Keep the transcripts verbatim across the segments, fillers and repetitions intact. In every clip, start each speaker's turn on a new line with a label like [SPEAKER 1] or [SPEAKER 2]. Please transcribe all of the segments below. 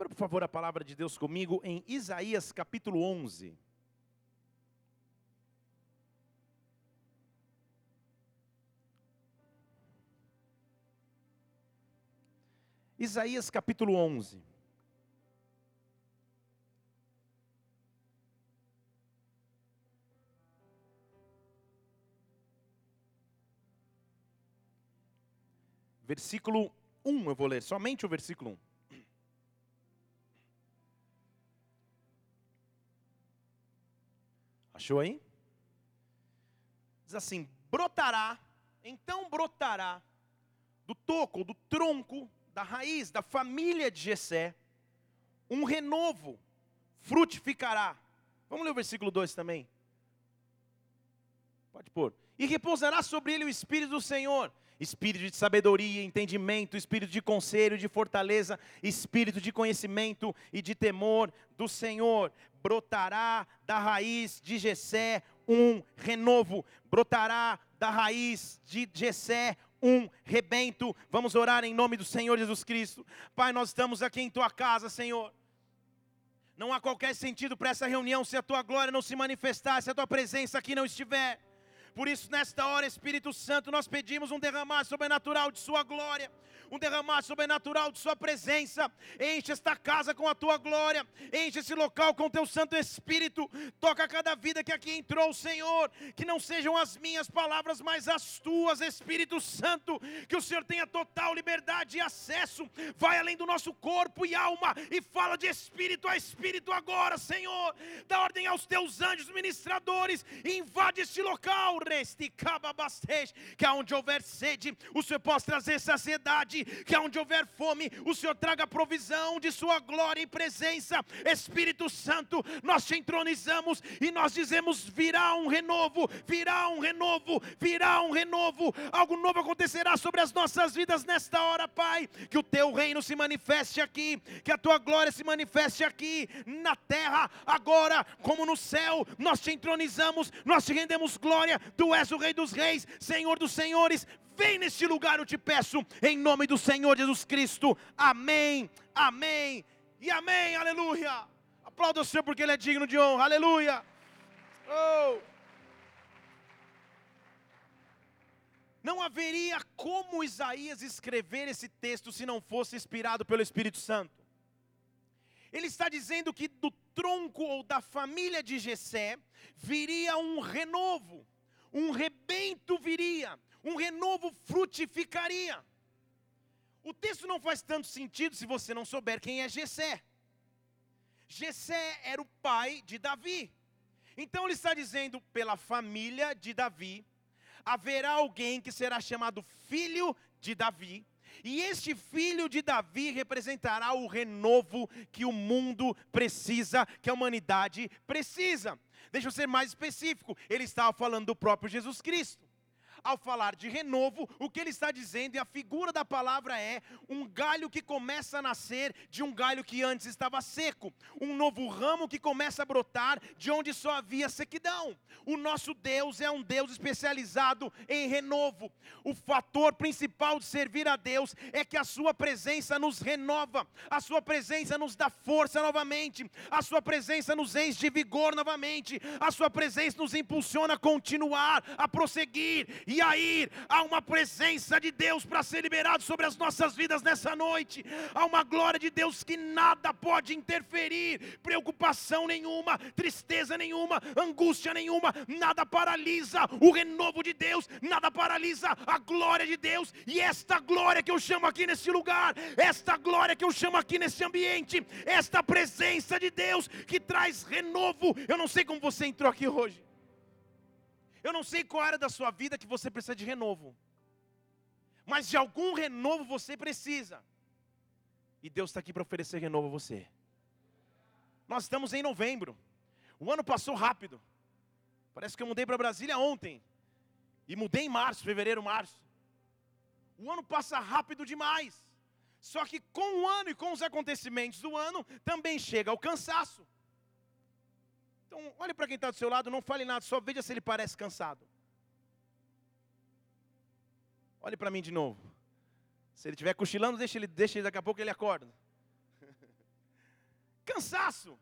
[SPEAKER 1] Abra, por favor, a palavra de Deus comigo em Isaías capítulo onze. Isaías capítulo onze. Versículo um, eu vou ler somente o versículo um. Achou aí? Diz assim: brotará, então brotará, do toco, do tronco, da raiz, da família de Jessé, um renovo, frutificará. Vamos ler o versículo dois também. Pode pôr. E repousará sobre ele o Espírito do Senhor, Espírito de sabedoria, entendimento, Espírito de conselho, de fortaleza, Espírito de conhecimento e de temor do Senhor. Brotará da raiz de Jessé um renovo, brotará da raiz de Jessé um rebento. Vamos orar em nome do Senhor Jesus Cristo. Pai, nós estamos aqui em Tua casa, Senhor. Não há qualquer sentido para essa reunião se a Tua glória não se manifestar, se a Tua presença aqui não estiver. Por isso, nesta hora, Espírito Santo, nós pedimos um derramar sobrenatural de Sua glória, um derramar sobrenatural de Sua presença. Enche esta casa com a Tua glória, enche esse local com o Teu Santo Espírito. Toca cada vida que aqui entrou, Senhor, que não sejam as minhas palavras, mas as Tuas, Espírito Santo. Que o Senhor tenha total liberdade e acesso, vai além do nosso corpo e alma, e fala de espírito a espírito agora, Senhor. Dá ordem aos Teus anjos ministradores, e invade este local, que aonde houver sede, o Senhor possa trazer saciedade, que aonde houver fome, o Senhor traga provisão de Sua glória e presença. Espírito Santo, nós Te entronizamos e nós dizemos: virá um renovo, virá um renovo, virá um renovo, algo novo acontecerá sobre as nossas vidas nesta hora, Pai. Que o Teu reino se manifeste aqui, que a Tua glória se manifeste aqui, na terra, agora como no céu. Nós Te entronizamos, nós Te rendemos glória. Tu és o Rei dos Reis, Senhor dos Senhores. Vem neste lugar, eu te peço, em nome do Senhor Jesus Cristo. Amém, amém e amém, aleluia. Aplauda o Senhor porque Ele é digno de honra, aleluia. Oh. Não haveria como Isaías escrever esse texto se não fosse inspirado pelo Espírito Santo. Ele está dizendo que do tronco ou da família de Jessé viria um renovo. Um rebento viria, um renovo frutificaria. O texto não faz tanto sentido se você não souber quem é Jessé. Jessé era o pai de Davi. Então ele está dizendo, pela família de Davi, haverá alguém que será chamado filho de Davi. E este filho de Davi representará o renovo que o mundo precisa, que a humanidade precisa. Deixa eu ser mais específico, ele estava falando do próprio Jesus Cristo. Ao falar de renovo, o que ele está dizendo, e a figura da palavra é um galho que começa a nascer de um galho que antes estava seco. Um novo ramo que começa a brotar de onde só havia sequidão. O nosso Deus é um Deus especializado em renovo. O fator principal de servir a Deus é que a sua presença nos renova. A sua presença nos dá força novamente. A sua presença nos enche de vigor novamente. A sua presença nos impulsiona a continuar, a prosseguir. E aí, há uma presença de Deus para ser liberado sobre as nossas vidas nessa noite. Há uma glória de Deus que nada pode interferir, preocupação nenhuma, tristeza nenhuma, angústia nenhuma, nada paralisa o renovo de Deus, nada paralisa a glória de Deus. E esta glória que eu chamo aqui nesse lugar, esta glória que eu chamo aqui nesse ambiente, esta presença de Deus que traz renovo. Eu não sei como você entrou aqui hoje. Eu não sei qual área da sua vida que você precisa de renovo. Mas de algum renovo você precisa. E Deus está aqui para oferecer renovo a você. Nós estamos em novembro. O ano passou rápido. Parece que eu mudei para Brasília ontem. E mudei em março, fevereiro, março. O ano passa rápido demais. Só que com o ano e com os acontecimentos do ano, também chega o cansaço. Então, olhe para quem está do seu lado, não fale nada, só veja se ele parece cansado. Olhe para mim de novo. Se ele estiver cochilando, deixa ele, deixa ele, daqui a pouco ele acorda. Cansaço.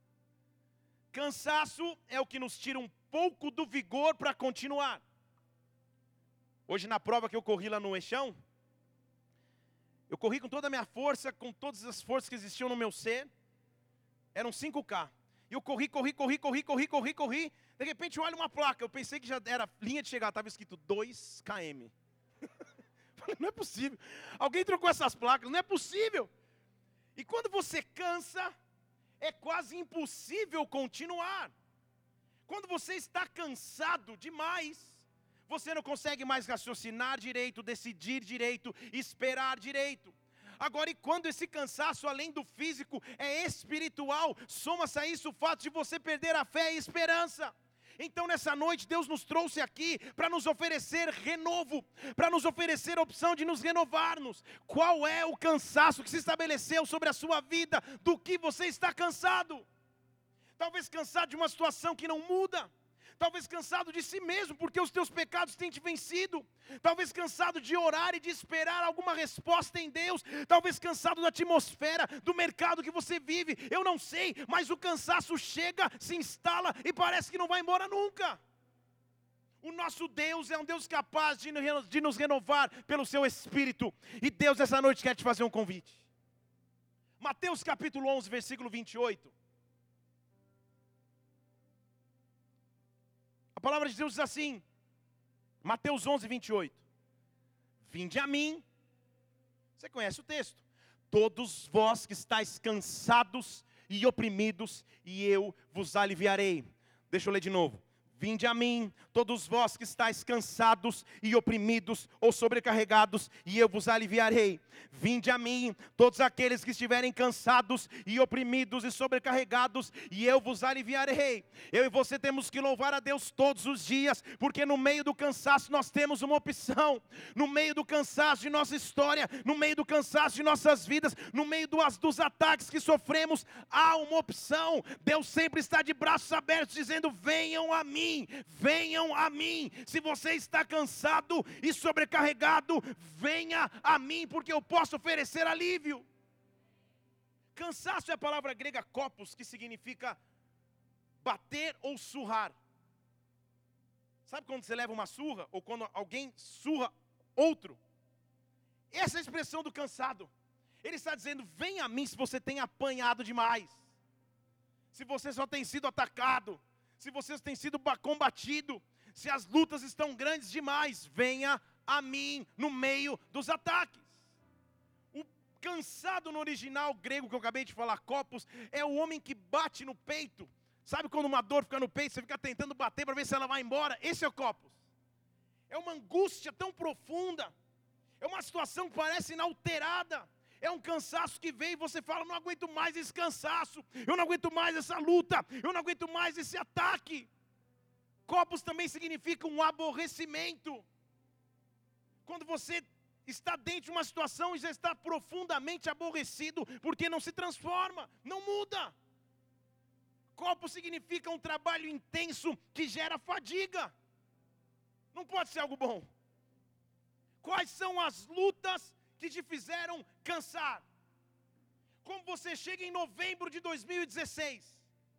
[SPEAKER 1] Cansaço é o que nos tira um pouco do vigor para continuar. Hoje na prova que eu corri lá no Eixão, eu corri com toda a minha força, com todas as forças que existiam no meu ser. Eram cinco K. E eu corri, corri, corri, corri, corri, corri, corri. De repente eu olho uma placa, eu pensei que já era linha de chegada, estava escrito dois quilômetros. Falei, não é possível. Alguém trocou essas placas, não é possível. E quando você cansa, é quase impossível continuar. Quando você está cansado demais, você não consegue mais raciocinar direito, decidir direito, esperar direito. Agora, e quando esse cansaço, além do físico, é espiritual, soma-se a isso o fato de você perder a fé e a esperança. Então, nessa noite, Deus nos trouxe aqui para nos oferecer renovo, para nos oferecer a opção de nos renovarmos. Qual é o cansaço que se estabeleceu sobre a sua vida? Do que você está cansado? Talvez cansado de uma situação que não muda. Talvez cansado de si mesmo, porque os teus pecados têm te vencido. Talvez cansado de orar e de esperar alguma resposta em Deus. Talvez cansado da atmosfera, do mercado que você vive. Eu não sei, mas o cansaço chega, se instala e parece que não vai embora nunca. O nosso Deus é um Deus capaz de, de nos renovar pelo seu Espírito. E Deus essa noite quer te fazer um convite. Mateus capítulo onze, versículo vinte e oito. A palavra de Deus diz assim, Mateus onze, vinte e oito. Vinde a mim, você conhece o texto. Todos vós que estáis cansados e oprimidos, e eu vos aliviarei. Deixa eu ler de novo. Vinde a mim, todos vós que estáis cansados e oprimidos ou sobrecarregados, e eu vos aliviarei. Vinde a mim, todos aqueles que estiverem cansados e oprimidos e sobrecarregados, e eu vos aliviarei. Eu e você temos que louvar a Deus todos os dias, porque no meio do cansaço nós temos uma opção. No meio do cansaço de nossa história, no meio do cansaço de nossas vidas, no meio dos, dos ataques que sofremos, há uma opção. Deus sempre está de braços abertos dizendo, venham a mim. Venham a mim. Se você está cansado e sobrecarregado, venha a mim, porque eu posso oferecer alívio. Cansaço é a palavra grega kopos, que significa bater ou surrar. Sabe quando você leva uma surra, ou quando alguém surra outro? Essa é a expressão do cansado. Ele está dizendo, venha a mim se você tem apanhado demais, se você só tem sido atacado, se você tem sido combatido, se as lutas estão grandes demais, venha a mim no meio dos ataques. O cansado no original grego que eu acabei de falar, kopos, é o homem que bate no peito. Sabe quando uma dor fica no peito, você fica tentando bater para ver se ela vai embora? Esse é o kopos. É uma angústia tão profunda, é uma situação que parece inalterada. É um cansaço que vem e você fala, não aguento mais esse cansaço, eu não aguento mais essa luta, eu não aguento mais esse ataque. Kopos também significa um aborrecimento. Quando você está dentro de uma situação e já está profundamente aborrecido, porque não se transforma, não muda. Kopos significa um trabalho intenso que gera fadiga. Não pode ser algo bom. Quais são as lutas que te fizeram cansar? Como você chega em novembro de dois mil e dezesseis?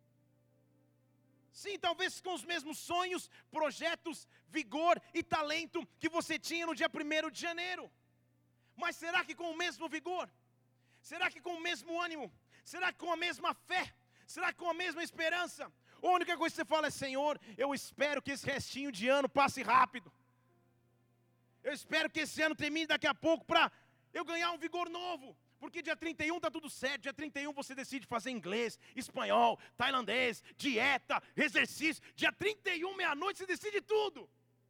[SPEAKER 1] Sim, talvez com os mesmos sonhos, projetos, vigor e talento que você tinha no dia primeiro de janeiro. Mas será que com o mesmo vigor? Será que com o mesmo ânimo? Será que com a mesma fé? Será que com a mesma esperança? A única coisa que você fala é, Senhor, eu espero que esse restinho de ano passe rápido. Eu espero que esse ano termine daqui a pouco para eu ganhar um vigor novo. Porque dia trinta e um está tudo certo. Dia trinta e um você decide fazer inglês, espanhol, tailandês, dieta, exercício. Dia trinta e um, meia-noite, você decide tudo.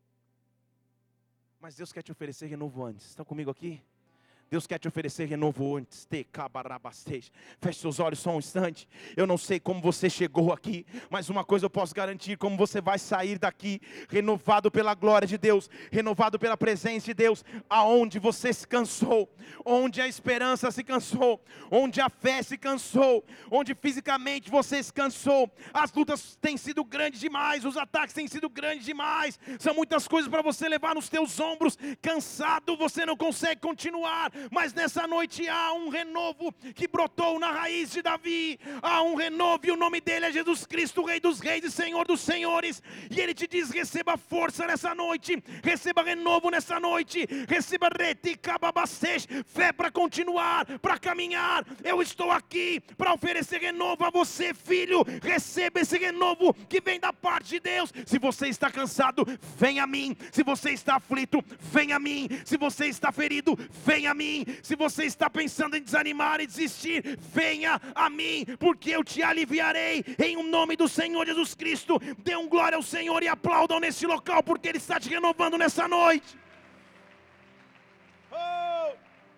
[SPEAKER 1] Mas Deus quer te oferecer renovo antes. Estão comigo aqui? Deus quer te oferecer renovo antes. Feche seus olhos só um instante. Eu não sei como você chegou aqui, mas uma coisa eu posso garantir: como você vai sair daqui, renovado pela glória de Deus, renovado pela presença de Deus. Aonde você se cansou, onde a esperança se cansou, onde a fé se cansou, onde fisicamente você se cansou. As lutas têm sido grandes demais, os ataques têm sido grandes demais. São muitas coisas para você levar nos teus ombros. Cansado, você não consegue continuar. mas nessa noite há um renovo que brotou na raiz de Davi. Há um renovo e o nome dele é Jesus Cristo, Rei dos Reis e Senhor dos Senhores. E ele te diz: receba força nessa noite, receba renovo nessa noite, receba fé para continuar, para caminhar. Eu estou aqui para oferecer renovo a você, filho. Receba esse renovo que vem da parte de Deus. Se você está cansado, vem a mim. Se você está aflito, vem a mim. Se você está ferido, vem a mim. Se você está pensando em desanimar e desistir, venha a mim, porque eu te aliviarei em o nome do Senhor Jesus Cristo. Dê um glória ao Senhor e aplaudam nesse local, porque Ele está te renovando nessa noite. Oh!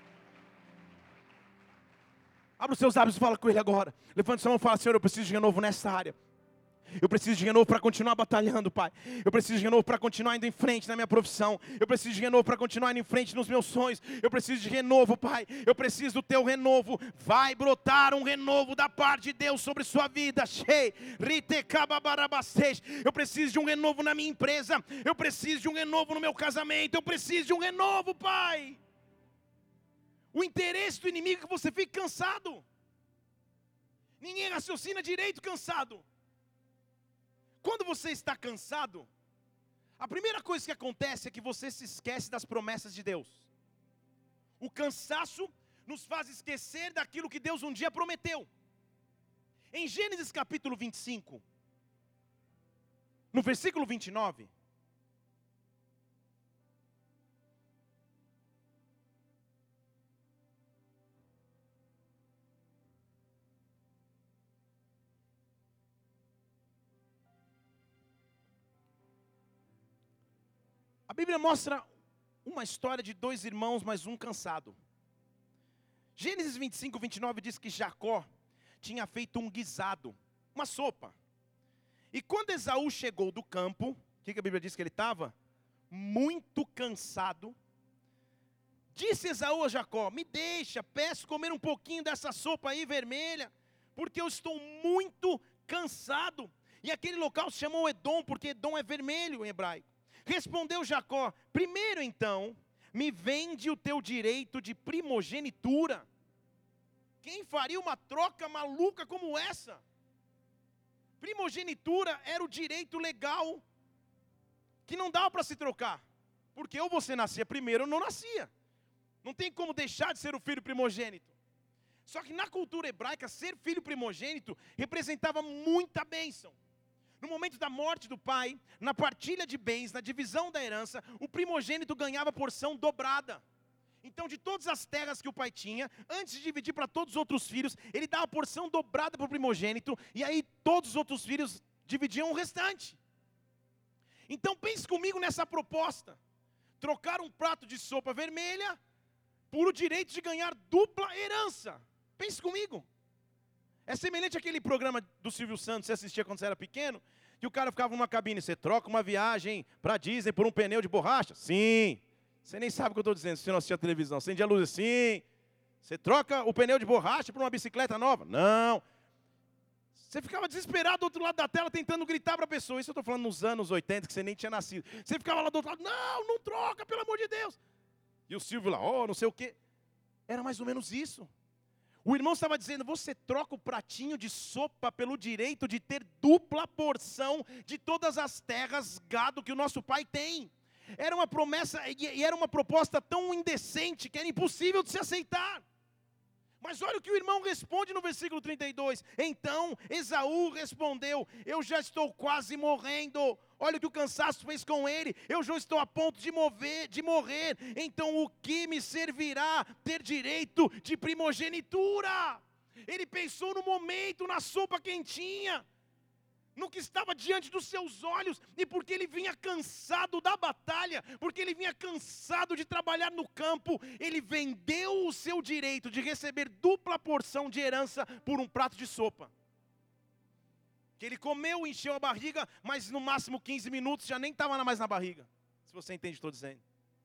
[SPEAKER 1] Abra os seus lábios e fala com Ele agora. Levante sua mão e fala: Senhor, eu preciso de renovo nessa área. Eu preciso de renovo para continuar batalhando, Pai. Eu preciso de renovo para continuar indo em frente na minha profissão. Eu preciso de renovo para continuar indo em frente nos meus sonhos. Eu preciso de renovo, Pai. Eu preciso do Teu renovo. Vai brotar um renovo da parte de Deus sobre sua vida. Eu preciso de um renovo na minha empresa. Eu preciso de um renovo no meu casamento. Eu preciso de um renovo, Pai. O interesse do inimigo é que você fique cansado. Ninguém raciocina direito cansado. Quando você está cansado, a primeira coisa que acontece é que você se esquece das promessas de Deus. O cansaço nos faz esquecer daquilo que Deus um dia prometeu. Em Gênesis capítulo vinte e cinco, no versículo vinte e nove, a Bíblia mostra uma história de dois irmãos, mas um cansado. Gênesis vinte e cinco, vinte e nove diz que Jacó tinha feito um guisado, uma sopa. E quando Esaú chegou do campo, o que a Bíblia diz que ele estava? Muito cansado. Disse Esaú a Jacó: me deixa, peço comer um pouquinho dessa sopa aí vermelha, porque eu estou muito cansado. E aquele local se chamou Edom, porque Edom é vermelho em hebraico. Respondeu Jacó: primeiro então, me vende o teu direito de primogenitura. Quem faria uma troca maluca como essa? Primogenitura era o direito legal que não dava para se trocar. Porque ou você nascia primeiro ou não nascia. Não tem como deixar de ser o filho primogênito. Só que na cultura hebraica, ser filho primogênito representava muita bênção. No momento da morte do pai, na partilha de bens, na divisão da herança, o primogênito ganhava porção dobrada. Então, de todas as terras que o pai tinha, antes de dividir para todos os outros filhos, ele dava a porção dobrada para o primogênito, e aí todos os outros filhos dividiam o restante. Então, pense comigo nessa proposta: trocar um prato de sopa vermelha por o direito de ganhar dupla herança. Pense comigo. É semelhante àquele programa do Silvio Santos, você assistia quando você era pequeno, que o cara ficava numa cabine: você troca uma viagem para Disney por um pneu de borracha? Sim. Você nem sabe o que eu estou dizendo, se você não assistia a televisão. Acende a luz assim. Você troca o pneu de borracha por uma bicicleta nova? Não. Você ficava desesperado do outro lado da tela, tentando gritar para a pessoa. Isso eu estou falando nos anos oitenta, que você nem tinha nascido. Você ficava lá do outro lado: não, não troca, pelo amor de Deus. E o Silvio lá: oh, não sei o quê. Era mais ou menos isso. O irmão estava dizendo: você troca o pratinho de sopa pelo direito de ter dupla porção de todas as terras, gado que o nosso pai tem. Era uma promessa e era uma proposta tão indecente que era impossível de se aceitar. Mas olha o que o irmão responde no versículo trinta e dois. Então Esaú respondeu: eu já estou quase morrendo. Olha o que o cansaço fez com ele. Eu já estou a ponto de, mover, de morrer. Então o que me servirá ter direito de primogenitura? Ele pensou no momento, na sopa quentinha, no que estava diante dos seus olhos. E porque ele vinha cansado da batalha, porque ele vinha cansado de trabalhar no campo, ele vendeu o seu direito de receber dupla porção de herança por um prato de sopa. Que ele comeu, encheu a barriga, mas no máximo quinze minutos já nem estava mais na barriga. Se você entende o que estou dizendo.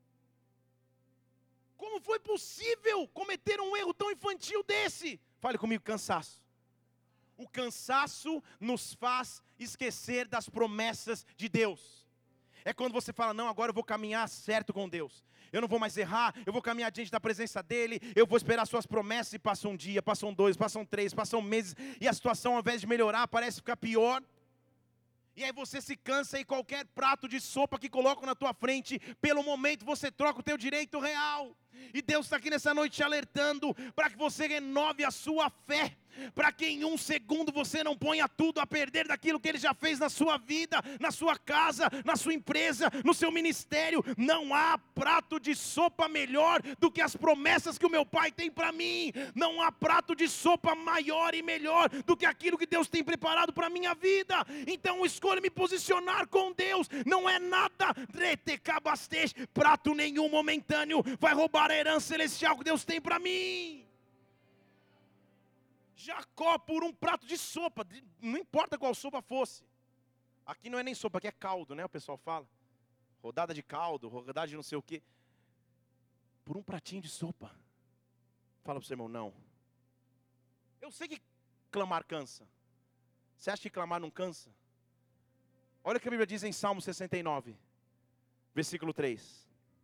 [SPEAKER 1] Como foi possível cometer um erro tão infantil desse? Fale comigo: cansaço. O cansaço nos faz esquecer das promessas de Deus. É quando você fala, não, agora eu vou caminhar certo com Deus. Eu não vou mais errar, eu vou caminhar diante da presença dEle, eu vou esperar suas promessas, e passa um dia, passam dois, passam três, passam meses, e a situação ao invés de melhorar, parece ficar pior. E aí você se cansa e qualquer prato de sopa que colocam na tua frente, pelo momento você troca o teu direito real. E Deus está aqui nessa noite te alertando para que você renove a sua fé, para que em um segundo você não ponha tudo a perder daquilo que Ele já fez na sua vida, na sua casa, na sua empresa, no seu ministério. Não há prato de sopa melhor do que as promessas que o meu Pai tem para mim. Não há prato de sopa maior e melhor do que aquilo que Deus tem preparado para a minha vida. Então escolha me posicionar com Deus. Não é nada prato nenhum momentâneo vai roubar a herança celestial que Deus tem para mim. Jacó, por um prato de sopa, não importa qual sopa fosse. Aqui não é nem sopa, aqui é caldo, né? O pessoal fala. Rodada de caldo, rodada de não sei o quê. Por um pratinho de sopa. Fala para o seu irmão, não. Eu sei que clamar cansa. Você acha que clamar não cansa? Olha o que a Bíblia diz em Salmo sessenta e nove, versículo três.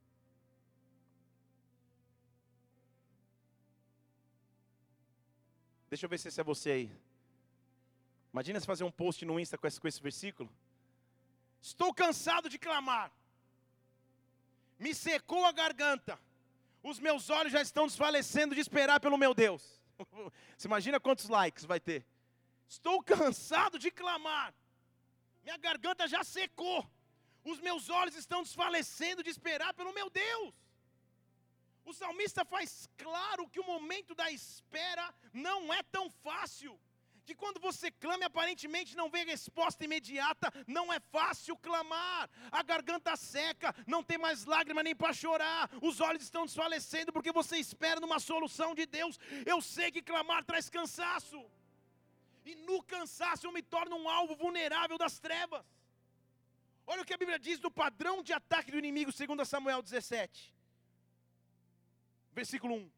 [SPEAKER 1] Deixa eu ver se esse é você aí. Imagina se fazer um post no Insta com esse, com esse versículo. Estou cansado de clamar. Me secou a garganta. Os meus olhos já estão desfalecendo de esperar pelo meu Deus. Você imagina quantos likes vai ter? Estou cansado de clamar. Minha garganta já secou. Os meus olhos estão desfalecendo de esperar pelo meu Deus. O salmista faz claro que o momento da espera não é tão fácil. Que quando você clama, aparentemente não vê resposta imediata, não é fácil clamar. A garganta seca, não tem mais lágrima nem para chorar. Os olhos estão desfalecendo porque você espera numa solução de Deus. Eu sei que clamar traz cansaço. E no cansaço eu me torno um alvo vulnerável das trevas. Olha o que a Bíblia diz do padrão de ataque do inimigo, segundo Samuel dezessete. Versículo um.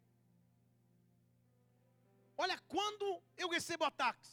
[SPEAKER 1] Olha, quando eu recebo ataques,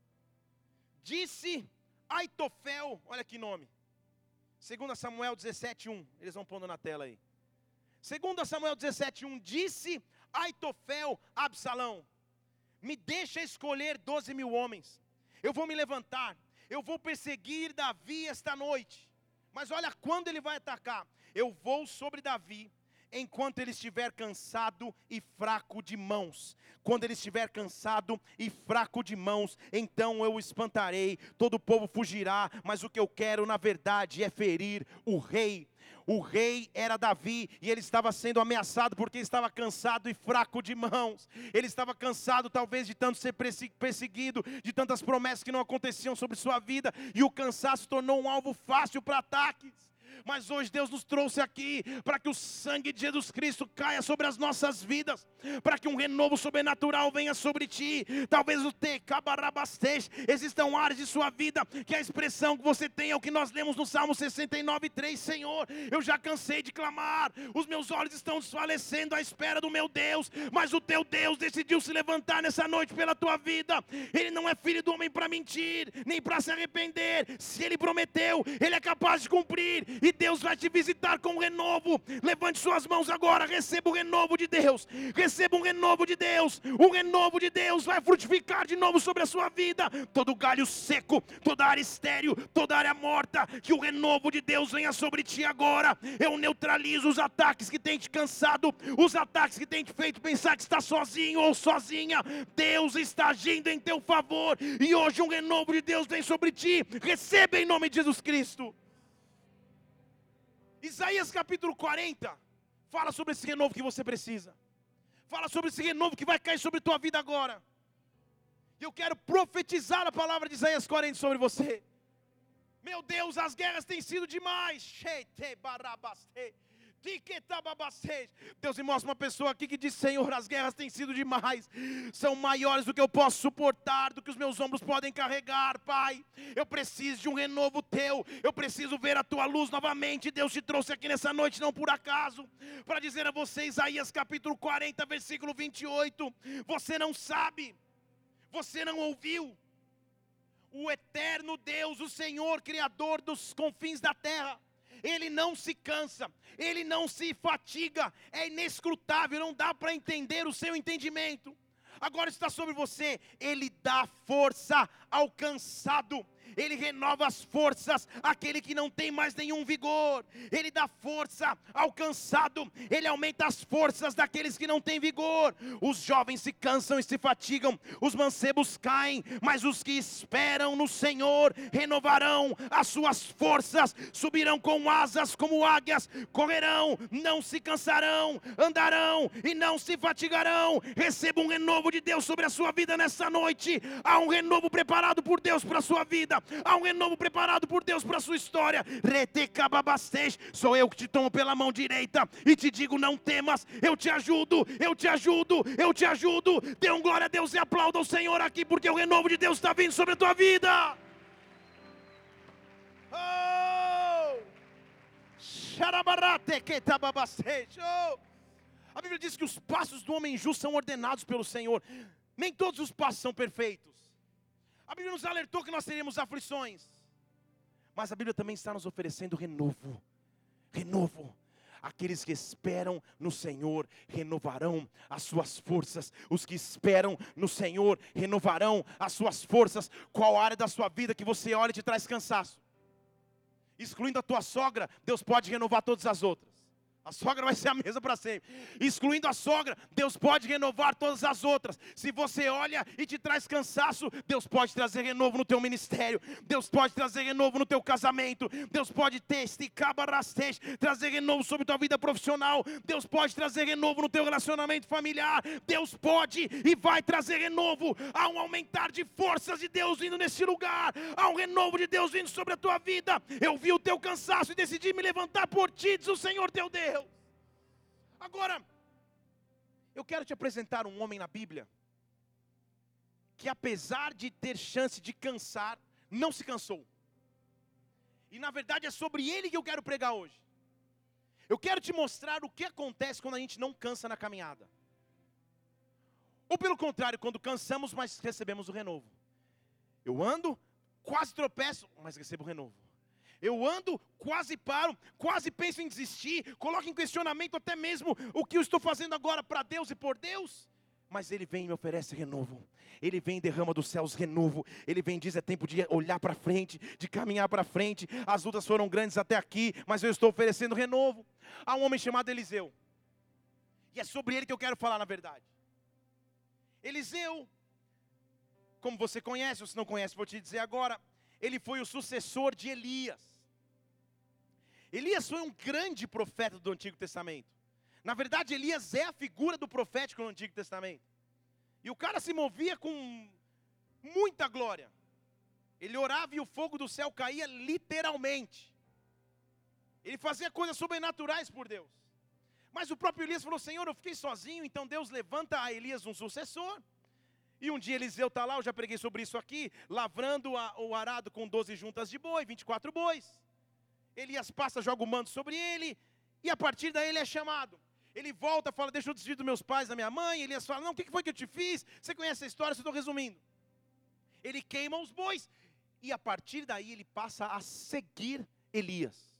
[SPEAKER 1] disse Aitofel, olha que nome, segundo Samuel dezessete, um, eles vão pondo na tela aí. segundo Samuel dezessete, um, disse Aitofel a Absalão, me deixa escolher doze mil homens, eu vou me levantar, eu vou perseguir Davi esta noite. Mas olha quando ele vai atacar, eu vou sobre Davi, enquanto ele estiver cansado e fraco de mãos. Quando ele estiver cansado e fraco de mãos, então eu o espantarei, todo o povo fugirá, mas o que eu quero na verdade é ferir o rei. O rei era Davi e ele estava sendo ameaçado porque estava cansado e fraco de mãos. Ele estava cansado talvez de tanto ser perseguido, de tantas promessas que não aconteciam sobre sua vida, e o cansaço tornou um alvo fácil para ataques. Mas hoje Deus nos trouxe aqui para que o sangue de Jesus Cristo caia sobre as nossas vidas, para que um renovo sobrenatural venha sobre ti. Talvez o te cabarabastej, existam áreas de sua vida que a expressão que você tem é o que nós lemos no Salmo sessenta e nove, três. Senhor, eu já cansei de clamar, os meus olhos estão desfalecendo à espera do meu Deus, mas o teu Deus decidiu se levantar nessa noite pela tua vida. Ele não é filho do homem para mentir, nem para se arrepender. Se Ele prometeu, Ele é capaz de cumprir. E Deus vai te visitar com um renovo. Levante suas mãos agora, receba o renovo de Deus. Receba um renovo de Deus. O renovo de Deus vai frutificar de novo sobre a sua vida. Todo galho seco, toda área estéril, toda área morta, que o renovo de Deus venha sobre ti agora. Eu neutralizo os ataques que tem te cansado, os ataques que tem te feito pensar que está sozinho ou sozinha. Deus está agindo em teu favor, e hoje um renovo de Deus vem sobre ti. Receba em nome de Jesus Cristo. Isaías capítulo quarenta, fala sobre esse renovo que você precisa. Fala sobre esse renovo que vai cair sobre a tua vida agora. E eu quero profetizar a palavra de Isaías quarenta sobre você. Meu Deus, as guerras têm sido demais. Deus me mostra uma pessoa aqui que diz: Senhor, as guerras têm sido demais, são maiores do que eu posso suportar, do que os meus ombros podem carregar. Pai, eu preciso de um renovo teu, eu preciso ver a tua luz novamente. Deus te trouxe aqui nessa noite não por acaso, para dizer a você, Isaías capítulo quarenta, versículo vinte e oito, você não sabe, você não ouviu, o eterno Deus, o Senhor, Criador dos confins da terra, Ele não se cansa, Ele não se fatiga, é inescrutável, não dá para entender o seu entendimento. Agora está sobre você, Ele dá força ao cansado. Ele renova as forças àquele que não tem mais nenhum vigor. Ele dá força ao cansado. Ele aumenta as forças daqueles que não têm vigor. Os jovens se cansam e se fatigam, os mancebos caem, mas os que esperam no Senhor renovarão as suas forças, subirão com asas como águias, correrão, não se cansarão, andarão e não se fatigarão. Receba um renovo de Deus sobre a sua vida nessa noite. Há um renovo preparado por Deus para a sua vida. Há um renovo preparado por Deus para a sua história. Sou eu que te tomo pela mão direita e te digo: não temas, eu te ajudo, eu te ajudo, eu te ajudo. Dê um glória a Deus e aplauda o Senhor aqui, porque o renovo de Deus está vindo sobre a tua vida. Oh! Oh! A Bíblia diz que os passos do homem justo são ordenados pelo Senhor. Nem todos os passos são perfeitos. A Bíblia nos alertou que nós teríamos aflições, mas a Bíblia também está nos oferecendo renovo. Renovo. Aqueles que esperam no Senhor renovarão as suas forças. Os que esperam no Senhor renovarão as suas forças. Qual área da sua vida que você olha e te traz cansaço? Excluindo a tua sogra, Deus pode renovar todas as outras. A sogra vai ser a mesma para sempre. Excluindo a sogra, Deus pode renovar todas as outras. Se você olha e te traz cansaço, Deus pode trazer renovo no teu ministério. Deus pode trazer renovo no teu casamento. Deus pode trazer renovo sobre a tua vida profissional. Deus pode trazer renovo no teu relacionamento familiar. Deus pode e vai trazer renovo. Há um aumentar de forças de Deus vindo nesse lugar. Há um renovo de Deus vindo sobre a tua vida. Eu vi o teu cansaço e decidi me levantar por ti, diz o Senhor teu Deus. Agora, eu quero te apresentar um homem na Bíblia que, apesar de ter chance de cansar, não se cansou. E na verdade é sobre ele que eu quero pregar hoje. Eu quero te mostrar o que acontece quando a gente não cansa na caminhada. Ou pelo contrário, quando cansamos, mas recebemos o renovo. Eu ando, quase tropeço, mas recebo o renovo. Eu ando, quase paro, quase penso em desistir, coloco em questionamento até mesmo o que eu estou fazendo agora para Deus e por Deus. Mas Ele vem e me oferece renovo. Ele vem e derrama dos céus renovo. Ele vem e diz: é tempo de olhar para frente, de caminhar para frente. As lutas foram grandes até aqui, mas eu estou oferecendo renovo. Há um homem chamado Eliseu. E é sobre ele que eu quero falar, na verdade. Eliseu, como você conhece, ou se não conhece, vou te dizer agora. Ele foi o sucessor de Elias. Elias foi um grande profeta do Antigo Testamento. Na verdade, Elias é a figura do profético no Antigo Testamento. E o cara se movia com muita glória. Ele orava e o fogo do céu caía literalmente. Ele fazia coisas sobrenaturais por Deus. Mas o próprio Elias falou: Senhor, eu fiquei sozinho, então Deus levanta a Elias um sucessor. E um dia Eliseu está lá, eu já preguei sobre isso aqui, lavrando a, o arado com doze juntas de boi, vinte e quatro bois. Elias passa, joga o manto sobre ele, e a partir daí ele é chamado. Ele volta, fala: deixa eu despedir dos meus pais, da minha mãe. Elias fala: não, o que foi que eu te fiz? Você conhece a história, só estou resumindo. Ele queima os bois, e a partir daí ele passa a seguir Elias.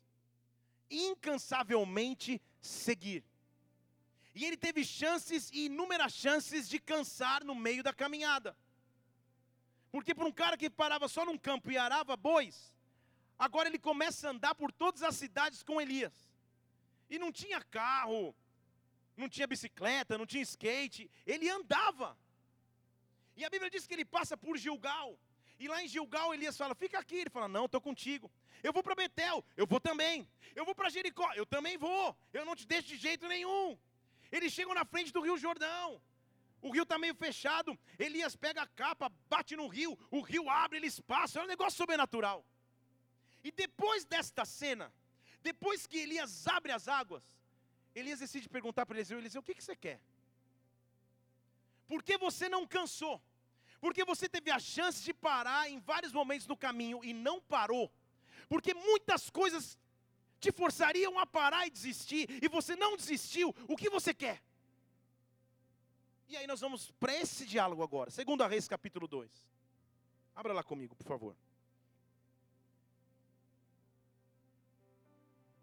[SPEAKER 1] Incansavelmente seguir. E ele teve chances, e inúmeras chances de cansar no meio da caminhada. Porque para um cara que parava só num campo e arava bois, agora ele começa a andar por todas as cidades com Elias. E não tinha carro, não tinha bicicleta, não tinha skate, ele andava. E a Bíblia diz que ele passa por Gilgal. E lá em Gilgal Elias fala: fica aqui. Ele fala: não, estou contigo. Eu vou para Betel, eu vou também. Eu vou para Jericó, eu também vou. Eu não te deixo de jeito nenhum. Eles chegam na frente do rio Jordão. O rio está meio fechado. Elias pega a capa, bate no rio. O rio abre, eles passam. É um negócio sobrenatural. E depois desta cena, depois que Elias abre as águas, Elias decide perguntar para Eliseu: Eliseu, o que, que você quer? Por que você não cansou? Porque você teve a chance de parar em vários momentos no caminho e não parou. Porque muitas coisas te forçariam a parar e desistir, e você não desistiu. O que você quer? E aí nós vamos para esse diálogo agora. Segunda Reis, capítulo dois. Abra lá comigo, por favor.